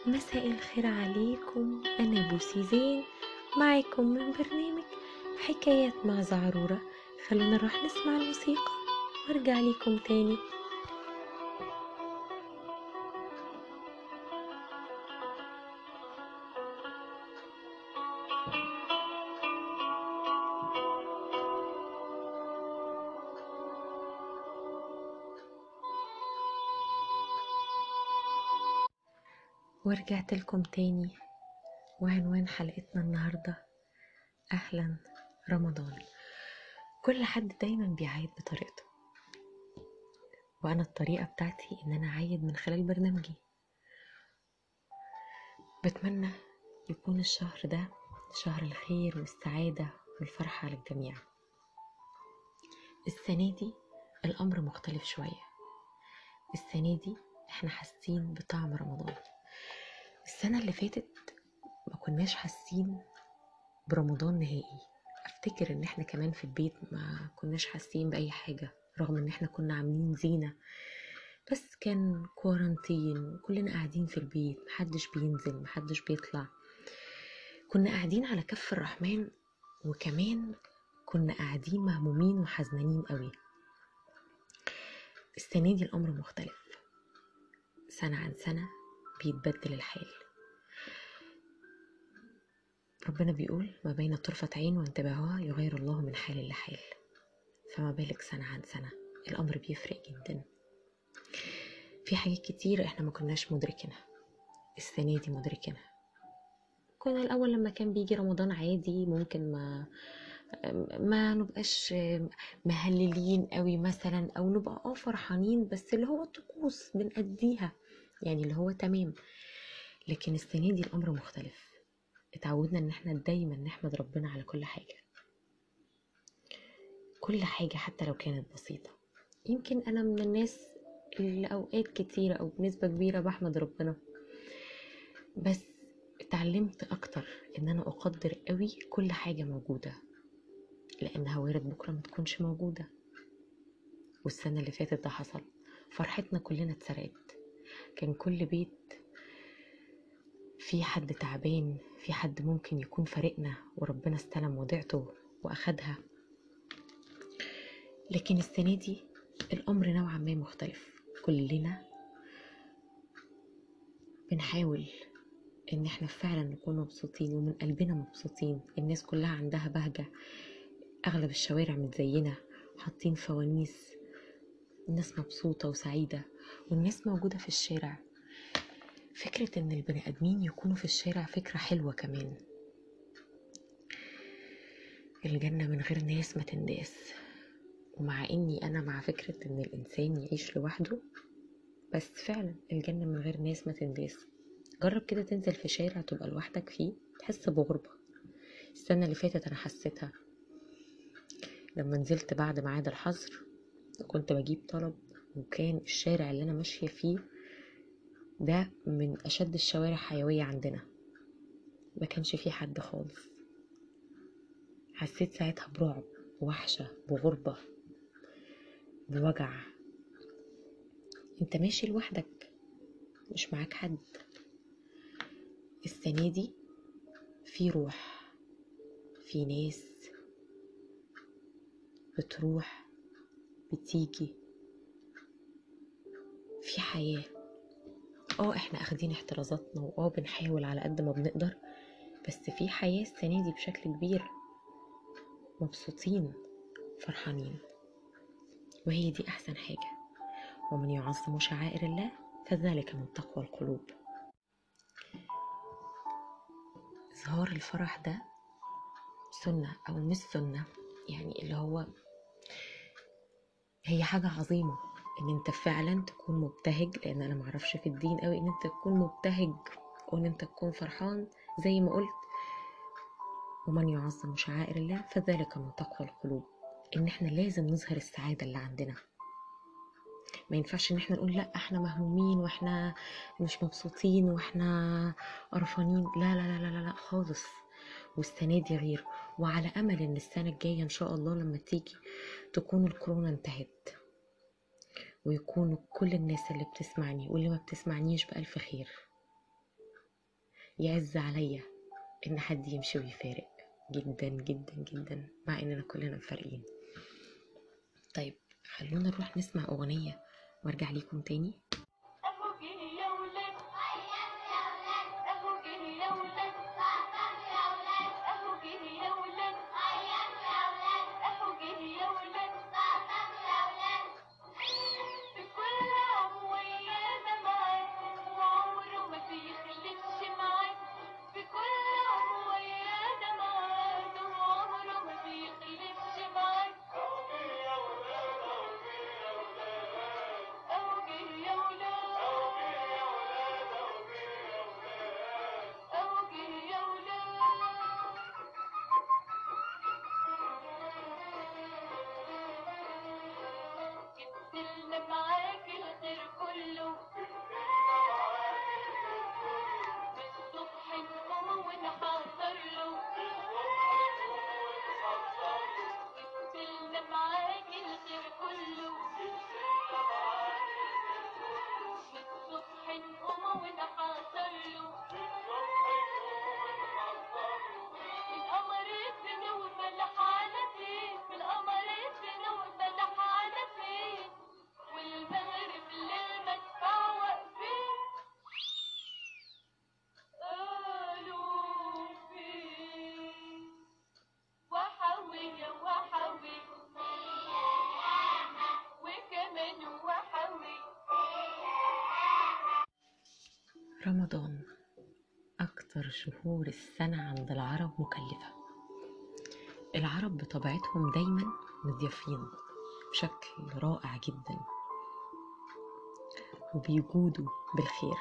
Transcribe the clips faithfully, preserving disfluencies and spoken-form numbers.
مساء الخير عليكم، أنا بوسي زين معاكم من برنامج حكايات مع زعرورة. خلونا نروح نسمع الموسيقى وارجع ليكم تاني. ورجعت لكم تاني، وعنوان حلقتنا النهاردة أهلا رمضان. كل حد دايما بيعيد بطريقته، وأنا الطريقة بتاعتي إن أنا أعيد من خلال برنامجي. بتمنى يكون الشهر ده شهر الخير والسعادة والفرحة للجميع. السنة دي الأمر مختلف شوية. السنة دي احنا حاسين بطعم رمضان. السنة اللي فاتت ما كناش حاسين برمضان نهائي. افتكر ان احنا كمان في البيت ما كناش حاسين بأي حاجة، رغم ان احنا كنا عاملين زينة، بس كان كورانتين، كلنا قاعدين في البيت، محدش بينزل محدش بيطلع. كنا قاعدين على كف الرحمن، وكمان كنا قاعدين مهمومين وحزنانين قوي. السنة دي الأمر مختلف، سنة عن سنة بيتبدل الحال. ربنا بيقول ما بين طرفة عين وانتباهها يغير الله من حال لحال، فما بالك سنة عن سنة الأمر بيفرق جدا. في حاجات كتير احنا ما كناش مدركينها، السنة دي مدركينها. كنا الأول لما كان بيجي رمضان عادي ممكن ما ما نبقاش مهللين قوي مثلا، او نبقى اه فرحانين، بس اللي هو طقوس بنأديها يعني اللي هو تمام. لكن السنة دي الأمر مختلف، اتعودنا ان احنا دايما نحمد ربنا على كل حاجة، كل حاجة حتى لو كانت بسيطة. يمكن انا من الناس اللي اوقات كتيرة او بنسبة كبيرة بحمد ربنا، بس اتعلمت اكتر ان انا اقدر قوي كل حاجة موجودة، لانها وارد بكرة ما تكونش موجودة. والسنة اللي فاتت ده حصل، فرحتنا كلنا اتسرقت. كان كل بيت في حد تعبان، في حد ممكن يكون فارقنا وربنا استلم وديعته واخدها. لكن السنة دي الأمر نوعا ما مختلف. كلنا بنحاول ان احنا فعلا نكون مبسوطين ومن قلبنا مبسوطين. الناس كلها عندها بهجة، اغلب الشوارع متزينة، حاطين فوانيس، الناس مبسوطة وسعيدة، والناس موجودة في الشارع. فكرة ان البني ادمين يكونوا في الشارع فكرة حلوة كمان. الجنة من غير ناس ما تنداس. ومع اني انا مع فكرة ان الانسان يعيش لوحده، بس فعلا الجنة من غير ناس ما تنداس. جرب كده تنزل في شارع تبقى لوحدك فيه، تحس بغربة. السنة اللي فاتت انا حسيتها لما نزلت بعد ميعاد الحظر، كنت بجيب طلب، وكان الشارع اللي انا ماشية فيه ده من اشد الشوارع حيوية عندنا، ما كانش فيه حد خالص. حسيت ساعتها برعب، بوحشة، بغربة، بوجع. انت ماشي لوحدك، مش معاك حد. السنة دي في روح، في ناس بتروح بتيجي، في حياة. اه احنا اخدين احترازاتنا، واه بنحاول على قد ما بنقدر، بس في حياة السنة دي بشكل كبير، مبسوطين فرحانين، وهي دي احسن حاجة. ومن يعظم شعائر الله فذلك من تقوى القلوب. إظهار الفرح ده سنة أو مش سنة، يعني اللي هو هي حاجة عظيمة إن أنت فعلا تكون مبتهج، لأن أنا معرفش في الدين قوي إن أنت تكون مبتهج وإن أنت تكون فرحان زي ما قلت. ومن يعظم شعائر الله فذلك من تقوى القلوب. إن إحنا لازم نظهر السعادة اللي عندنا. ما ينفعش إن إحنا نقول لأ إحنا مهمومين وإحنا مش مبسوطين وإحنا قرفانين، لا لا لا لا لا خالص. والسنة دي غير، وعلى أمل إن السنة الجاية إن شاء الله لما تيجي تكون الكورونا انتهت، ويكونوا كل الناس اللي بتسمعني واللي ما بتسمعنيش بألف خير. يعز عليا ان حد يمشي ويفارق جدا جدا جدا، مع اننا كلنا مفارقين. طيب خلونا نروح نسمع اغنية وارجع ليكم تاني. رمضان أكتر شهور السنة عند العرب مكلفة. العرب بطبيعتهم دايما مضيافين بشكل رائع جدا، وبيجودوا بالخير،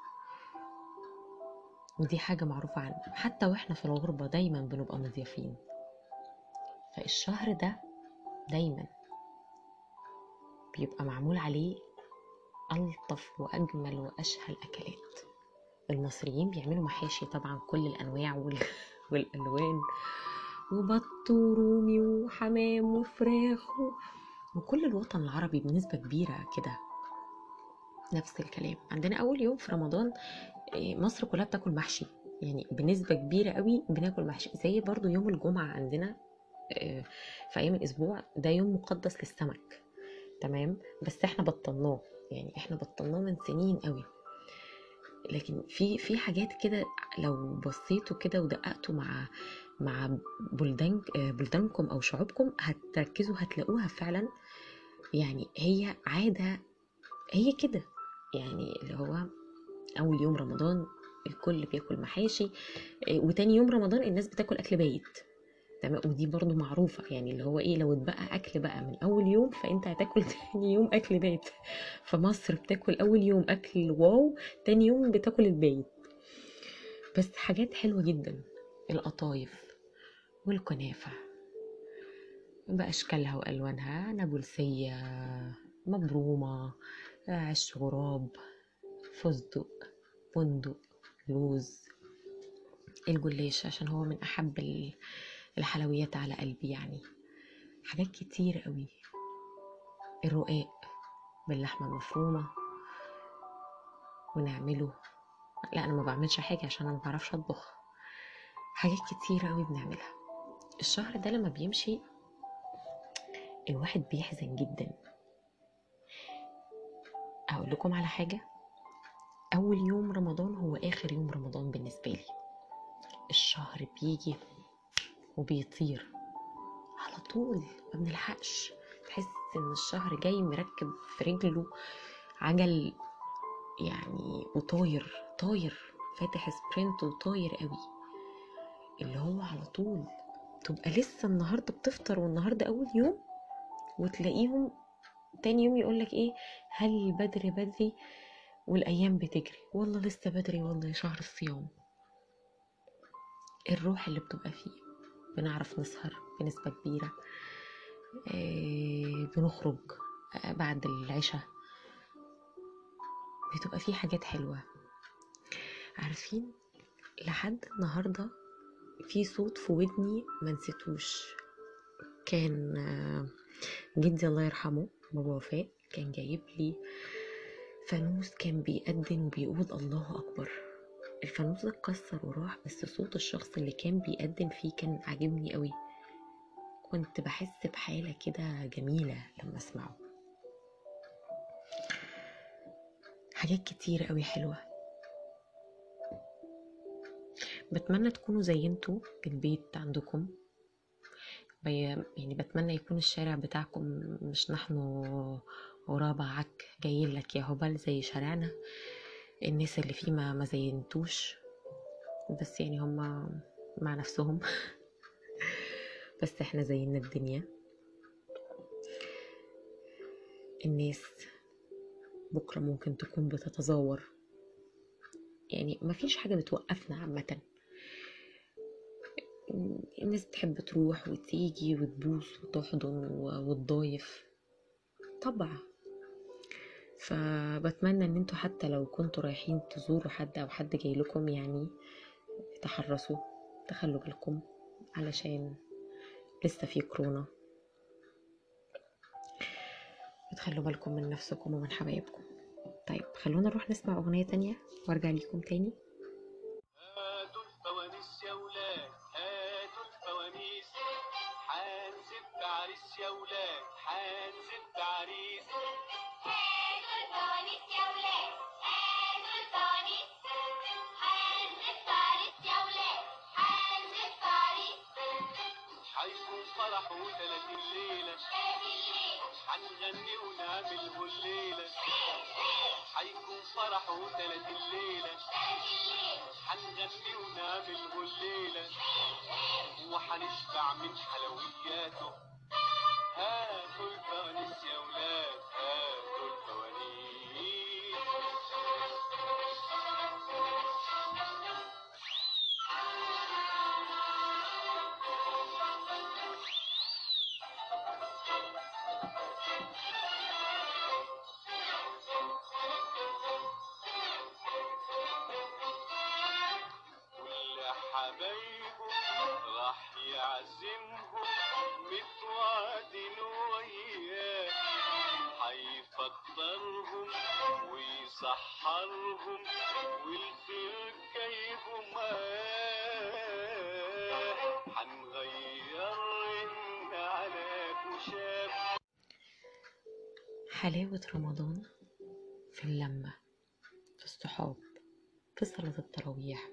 ودي حاجة معروفة عنه. حتى واحنا في الغربة دايما بنبقى مضيافين. فالشهر ده دايما بيبقى معمول عليه ألطف وأجمل وأشهى الأكلات. المصريين بيعملوا محاشي طبعا كل الأنواع وال... والألوان، وبط ورومي وحمام وفراخ و... وكل الوطن العربي بنسبة كبيرة كده نفس الكلام. عندنا أول يوم في رمضان مصر كلها بتاكل محشي، يعني بنسبة كبيرة قوي بناكل محشي. زي برضو يوم الجمعة عندنا في أيام الأسبوع، ده يوم مقدس للسمك، تمام؟ بس احنا بطلناه، يعني احنا بطلناه من سنين قوي. لكن في في حاجات كده لو بصيتوا كده ودققتوا مع مع بلدان بلدانكم او شعوبكم هتركزوا هتلاقوها فعلا. يعني هي عادة، هي كده، يعني اللي هو اول يوم رمضان الكل بياكل محاشي، وتاني يوم رمضان الناس بتاكل اكل بايت، تمام؟ ودي برضو معروفة، يعني اللي هو ايه، لو اتبقى اكل بقى من اول يوم فانت هتاكل تاني يوم اكل بايت. فمصر بتاكل اول يوم اكل واو، تاني يوم بتاكل البايت. بس حاجات حلوة جدا، القطايف والكنافة بأشكالها وألوانها، نابلسية، مبرومة، عش غراب، فستق، بندق، لوز، الجلاش عشان هو من أحب الحلويات على قلبي، يعني حاجات كتير قوي، الرقاق باللحمة المفرومة ونعمله. لا أنا ما بعملش حاجة عشان أنا ما بعرفش أطبخ. حاجات كتير قوي بنعملها. الشهر ده لما بيمشي الواحد بيحزن جدا. أقول لكم على حاجة، أول يوم رمضان هو آخر يوم رمضان بالنسبة لي. الشهر بيجي وبيطير على طول، ما بنلحقش. تحس إن الشهر جاي مركب في رجله عجل يعني، وطاير طاير فاتح سبرنت وطاير قوي، اللي هو على طول تبقى لسه النهاردة بتفطر والنهاردة أول يوم، وتلاقيهم تاني يوم يقولك إيه، هل البدر بدري والأيام بتجري، والله لسه بدري والله شهر الصيام. الروح اللي بتبقى فيه، بنعرف نسهر بنسبة كبيرة، آه بنخرج آه بعد العشاء، بتبقى فيه حاجات حلوة. عارفين لحد النهاردة في صوت في ودني ما نسيتوش. كان جدي الله يرحمه بابا وفاء كان جايب لي فانوس، كان بيأذن وبيقول الله أكبر. الفانوس ده اتكسر وراح، بس صوت الشخص اللي كان بيقدم فيه كان عاجبني قوي. كنت بحس بحالة كده جميلة لما اسمعه. حاجات كتير قوي حلوة. بتمنى تكونوا زي انتوا البيت عندكم، يعني بتمنى يكون الشارع بتاعكم مش نحن غرابة عك جايين لك يا هبل زي شارعنا. الناس اللي فيه ما ما زينتوش، بس يعني هما مع نفسهم بس احنا زينا الدنيا. الناس بكرة ممكن تكون بتتزور، يعني مفيش حاجة بتوقفنا عامة. الناس بتحب تروح وتيجي وتبوس وتحضن وتضايف طبعا. فبتمنى ان انتوا حتى لو كنتوا رايحين تزوروا حد او حد جاي لكم، يعني تحرصوا، تخلوا بالكم، علشان لسه في كورونا. بتخلوا بالكم من نفسكم ومن حبايبكم. طيب خلونا نروح نسمع اغنية تانية وارجع ليكم تاني. هاتوا الفوانيس يا ولاد، هاتوا الفوانيس، حنزف عريس يا ولاد، حنزف عريس. هاتوا الفوانيس يا ولاد، هاتوا الفوانيس، حنزف عريس يا ولاد، حنزف عريس. حيكون فرح وتلاتين ليلة، تلاتين ليلة، حنغني ونعمله الليلة. حيكون فرح وتلاتين ليلة، تلاتين ليلة، حنغني ونعمله الليلة، وحنشبع من حلوياته. هاتوا الفوانيس يا ولاد، هاتوا الفوانيس. كل حبايبه راح يعزمهم، متوعدين وياه، حيفطرهم ويسحرهم، والخير جايبه معاه. حنغير رن على كشاف. حلاوة رمضان في اللمة، في الصحاب، في صلاة التراويح.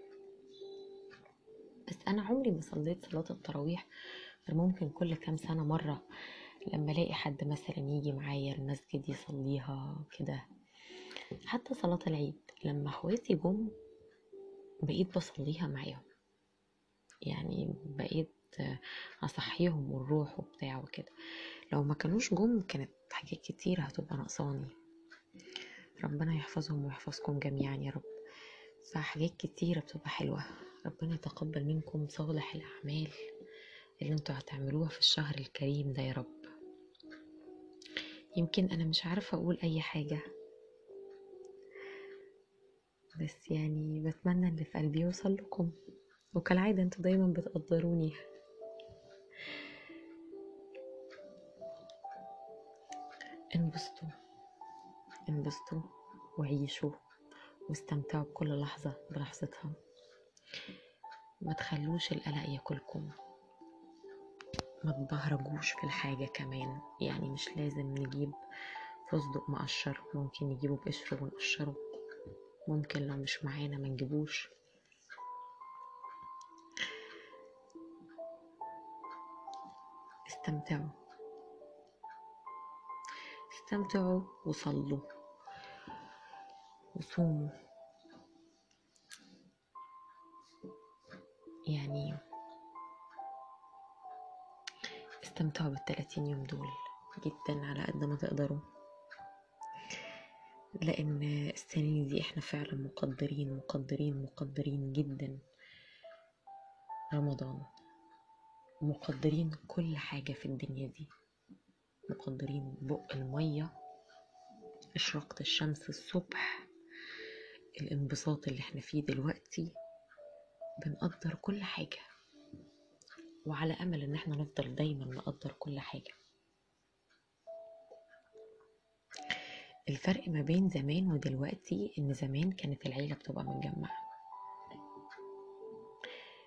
بس أنا عمري ما صليت صلاة التراويح غير ممكن كل كام سنة مرة، لما الاقي حد مثلا يجي معايا المسجد يصليها كده. حتى صلاة العيد لما اخواتي جم بقيت بصليها معاهم، يعني بقيت اصحيهم ونروح وبتاع وكده. لو ما كانوش جم كانت حاجات كتير هتبقى ناقصاني. ربنا يحفظهم ويحفظكم جميعا يا رب. فحاجات كتيرة بتبقى حلوة. ربنا يتقبل منكم صالح الأعمال اللي انتوا هتعملوها في الشهر الكريم ده يا رب. يمكن أنا مش عارفة أقول أي حاجة، بس يعني بتمنى اللي في قلبي يوصل لكم، وكالعادة انتوا دايما بتقدروني. انبسطوا، انبسطوا وعيشوا واستمتعوا بكل لحظة بلحظتها. ما تخلوش القلق ياكلكم، ما تبهرجوش في الحاجة كمان. يعني مش لازم نجيب فستق مقشر، ممكن نجيبه بقشره ونقشره، ممكن لو مش معانا ما نجيبوش. استمتعوا، استمتعوا وصلوا وصوموا. يعني استمتعوا بالتلاتين يوم دول جدا على قد ما تقدروا، لان السنين دي احنا فعلا مقدرين مقدرين مقدرين جدا رمضان، مقدرين كل حاجة في الدنيا دي، مقدرين بق المية، اشراقة الشمس الصبح، الانبساط اللي احنا فيه دلوقتي. بنقدر كل حاجة، وعلى امل ان احنا نفضل دايما نقدر كل حاجة. الفرق ما بين زمان ودلوقتي ان زمان كانت العيلة بتبقى متجمعة،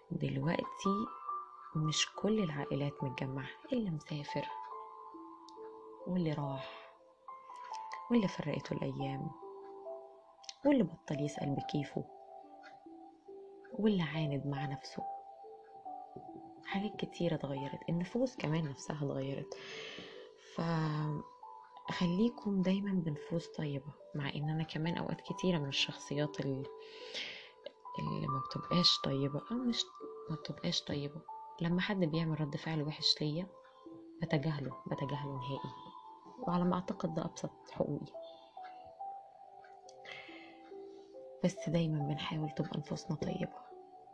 دلوقتي مش كل العائلات متجمعة، اللي مسافر واللي راح واللي فرقته الأيام واللي بطل يسأل بكيفه واللي عاند مع نفسه. حاجات كتيرة اتغيرت، النفوس كمان نفسها اتغيرت. فخليكم دايما بنفوس طيبة، مع ان انا كمان اوقات كتيرة من الشخصيات اللي, اللي ما بتبقاش طيبة او مش ما بتبقاش طيبة. لما حد بيعمل رد فعل وحش ليا بتجاهله بتجاهله نهائي، وعلى ما اعتقد ده ابسط حقوقي. بس دايما بنحاول تبقى نفوسنا طيبة.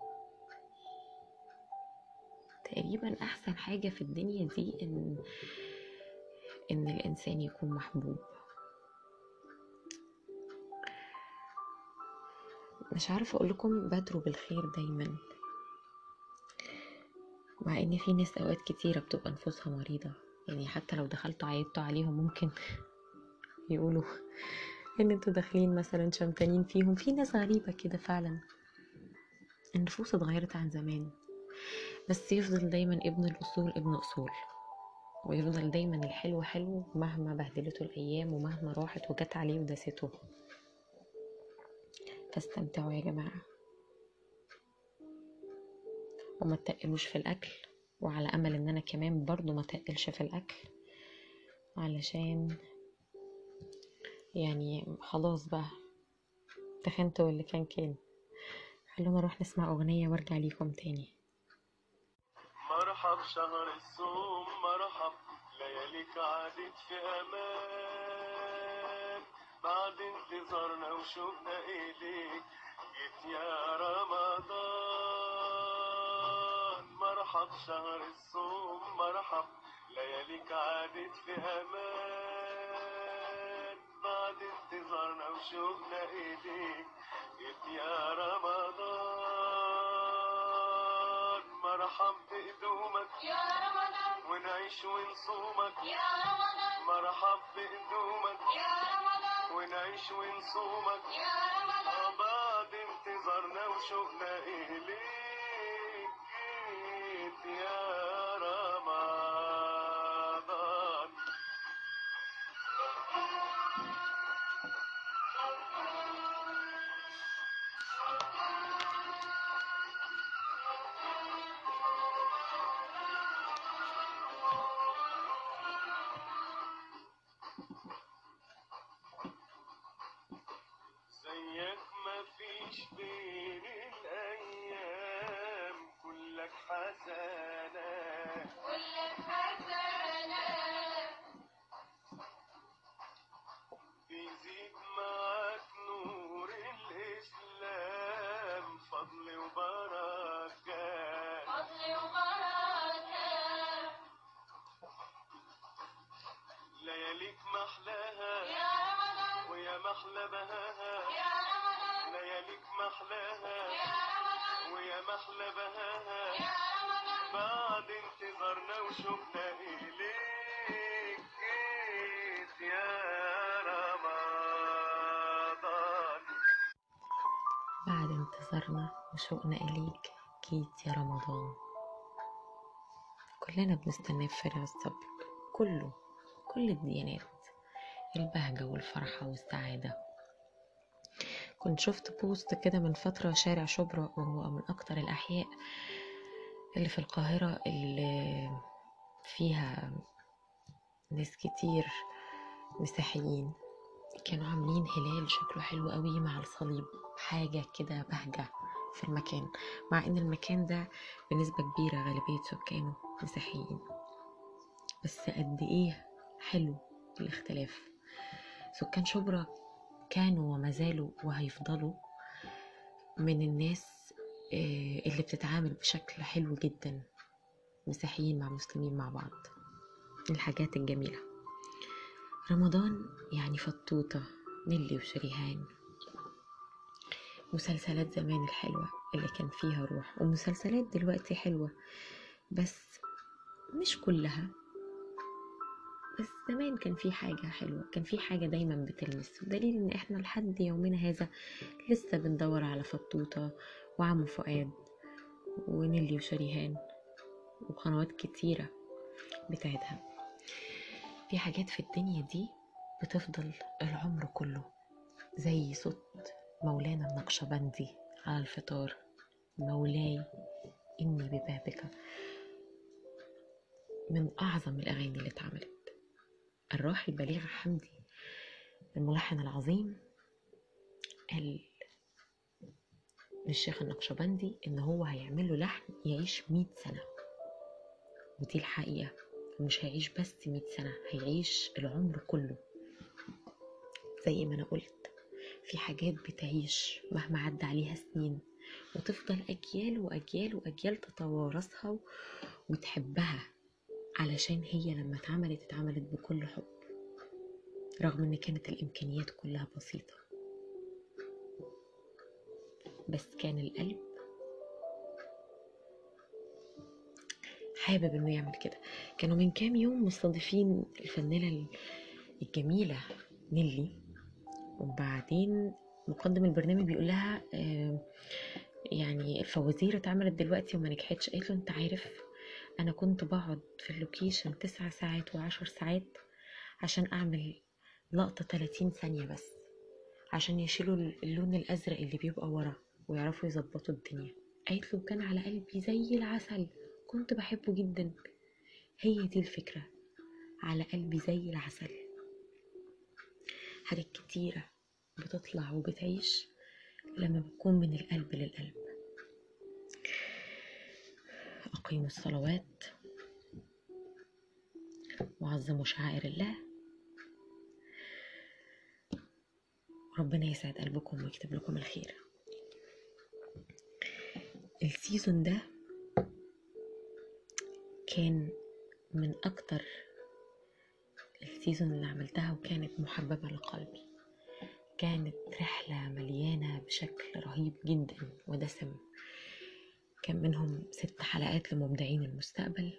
تقريبا احسن حاجة في الدنيا دي ان ان الانسان يكون محبوب. مش عارفة اقول لكم بادروا بالخير دايما، مع ان في ناس اوقات كتيرة بتبقى نفوسها مريضة. يعني حتى لو دخلتوا عيبتوا عليهم ممكن يقولوا ان انتوا داخلين مثلا شمتانين فيهم. في ناس غريبة كده فعلا. النفوس اتغيرت عن زمان، بس يفضل دايما ابن الاصول ابن اصول، ويفضل دايما الحلو حلو مهما بهدلته الايام ومهما راحت وجت عليه ودسته. فاستمتعوا يا جماعة، وما تقلوش في الاكل، وعلى امل ان انا كمان برضو ما تقلش في الاكل، علشان يعني خلاص بقى تخنتوا اللي كان كان. خلونا نروح نسمع اغنية وارجع ليكم تاني. مرحب شهر الصوم مرحب، لياليك عادت في امان، بعد انتظارنا وشوقنا اليك جيت يا رمضان. مرحب شهر الصوم مرحب، لياليك عادت في امان، بعد انتظارنا وشوقنا اليك جيت يا رمضان. مرحب بقدومك يا رمضان ونعيش ونصومك، يا رمضان مرحب بقدومك يا رمضان ونعيش ونصومك، يا رمضان بعد انتظارنا وشوقنا إليك جيت يا رمضان. زيك مفيش بين الأيام، كلك حسنات كلك حسنة بيزيد معاك نور الإسلام، فضل وبركات. فضل وبركة لياليك محلاها يا رمضان ويا محلى بهاها، يا رمضان لياليك محلاها يا رمضان ويا محلى بهاها، يا رمضان بعد انتظارنا وشوقنا إليك جيت يا رمضان. بعد انتظارنا وشوقنا إليك جيت يا رمضان. كلنا بنستناه بفارغ الصبر، كله كل الديانات، البهجة والفرحة والسعادة. كنت شفت بوست كده من فترة، شارع شبرا وهو من أكتر الأحياء اللي في القاهرة اللي فيها ناس كتير مسيحيين، كانوا عاملين هلال شكله حلو قوي مع الصليب، حاجة كده بهجة في المكان، مع ان المكان ده بنسبة كبيرة غالبية سكانه مسيحيين. بس قد ايه حلو الاختلاف. سكان شبرا كانوا وما زالوا وهيفضلوا من الناس اللي بتتعامل بشكل حلو جدا، مسيحيين مع مسلمين مع بعض. الحاجات الجميلة. رمضان يعني فطوطة نيلي وشريهان، مسلسلات زمان الحلوة اللي كان فيها روح، ومسلسلات دلوقتي حلوة بس مش كلها. بس زمان كان في حاجة حلوة، كان في حاجة دايما بتلمس، ودليل ان احنا لحد يومنا هذا لسه بندور على فطوطة وعمو فؤاد ونيلي وشريهان وقنوات كتيرة بتاعتها. في حاجات في الدنيا دي بتفضل العمر كله، زي صوت مولانا النقشبندي على الفطار: مولاي إني ببابك، من أعظم الأغاني اللي اتعملت. الراحل بليغ حمدي الملحن العظيم قال للشيخ النقشبندي إن هو هيعمل له لحن يعيش مئة سنة، ودي الحقيقة. ومش هيعيش بس مئة سنة، هيعيش العمر كله. زي ما أنا قلت، في حاجات بتعيش مهما عدى عليها سنين، وتفضل أجيال وأجيال وأجيال تتوارثها وتحبها، علشان هي لما اتعملت اتعملت بكل حب، رغم ان كانت الامكانيات كلها بسيطة، بس كان القلب حابب انه يعمل كده. كانوا من كام يوم مستضيفين الفنانة الجميلة نيلي، وبعدين مقدم البرنامج بيقول لها آه يعني الفوازير اتعملت دلوقتي وما نجحتش. قالت له: انت عارف انا كنت بقعد في اللوكيشن تسع ساعات وعشر ساعات عشان اعمل لقطة ثلاثين ثانية بس، عشان يشيلوا اللون الازرق اللي بيبقى ورا ويعرفوا يظبطوا الدنيا. قالت له: كان على قلبي زي العسل، كنت بحبه جدا. هي دي الفكرة، على قلبي زي العسل. حاجات كتيرة بتطلع وبتعيش لما بتكون من القلب للقلب. أقيموا الصلوات وعظموا شعائر الله. ربنا يسعد قلبكم ويكتب لكم الخير. السيزون ده كان من أكتر السيزون اللي عملتها وكانت محببة لقلبي. كانت رحلة مليانة بشكل رهيب جدا ودسم. كان منهم ست حلقات لمبدعين المستقبل،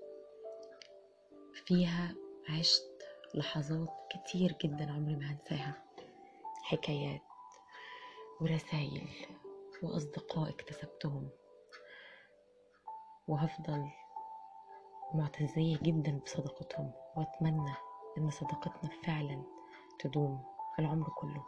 فيها عشت لحظات كتير جدا عمري ما هنساها، حكايات ورسائل وأصدقاء اكتسبتهم، وهفضل معتزية جدا بصداقتهم، واتمنى ان صداقتنا فعلا تدوم العمر كله.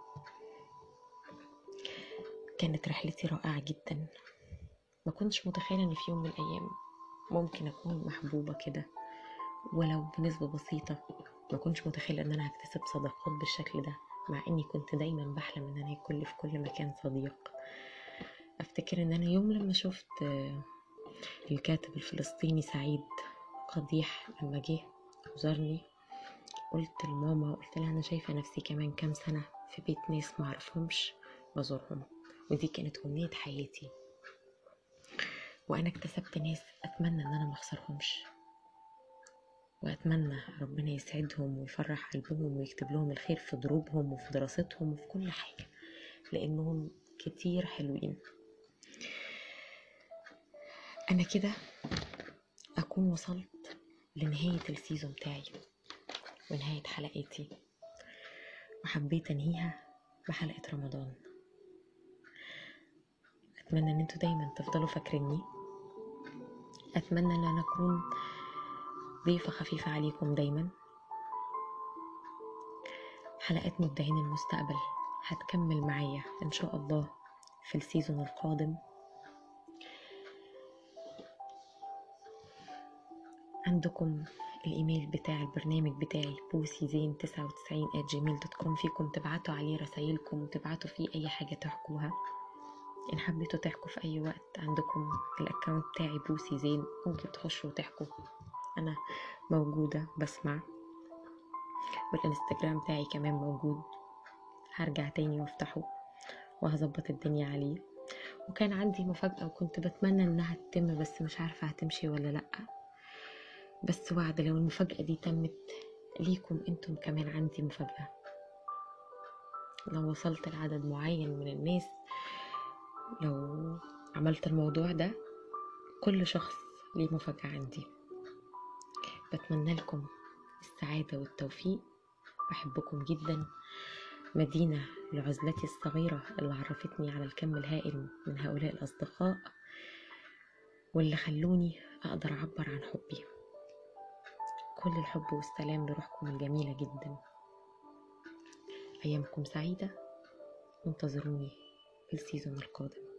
كانت رحلتي رائعة جدا. ما كنتش متخيلة ان في يوم من الايام ممكن اكون محبوبة كده ولو بنسبة بسيطة. ما كنتش متخيلة ان انا هكتسب صداقات بالشكل ده، مع اني كنت دايما بحلم ان انا يكون لي في كل مكان صديق. افتكر ان انا يوم لما شفت الكاتب الفلسطيني سعيد قضيح لما جه وزارني، قلت لماما، قلت لها: انا شايفة نفسي كمان كام سنة في بيت ناس معرفهمش بزورهم. ودي كانت أمنية حياتي، وانا اكتسبت ناس اتمنى ان انا ما اخسرهمش، واتمنى ربنا يسعدهم ويفرح قلبهم ويكتب لهم الخير في دروبهم وفي دراستهم وفي كل حاجة، لانهم كتير حلوين. انا كده اكون وصلت لنهاية السيزون بتاعي ونهاية حلقاتي، وحبيت انهيها بحلقة رمضان. اتمنى ان انتوا دايما تفضلوا فاكريني. اتمنى ان انا اكون ضيفة خفيفة عليكم دايما. حلقات مبدعين المستقبل هتكمل معايا ان شاء الله في السيزون القادم. عندكم الايميل بتاع البرنامج بتاعي بوسي زين تسعة وتسعين آت جيميل دوت كوم، فيكم تبعتوا عليه رسائلكم وتبعتوا فيه اي حاجة تحكوها. ان حبيتوا تحكوا في اي وقت، عندكم الاكاونت بتاعي بوسي زين، ممكن تخشوا وتحكوا، انا موجودة بسمع. والانستجرام بتاعي كمان موجود، هرجع تاني وافتحه وهظبط الدنيا عليه. وكان عندي مفاجأة وكنت بتمنى انها تتم، بس مش عارفة هتمشي ولا لأ. بس وعد لو المفاجأة دي تمت ليكم انتم كمان عندي مفاجأة. لو وصلت لعدد معين من الناس، لو عملت الموضوع ده، كل شخص ليه مفاجأة عندي. بتمنى لكم السعادة والتوفيق. بحبكم جدا. مدينة لعزلتي الصغيرة اللي عرفتني على الكم الهائل من هؤلاء الأصدقاء. واللي خلوني أقدر أعبر عن حبي. كل الحب والسلام لروحكم الجميلة جدا. أيامكم سعيدة، وانتظروني في السيزون القادم.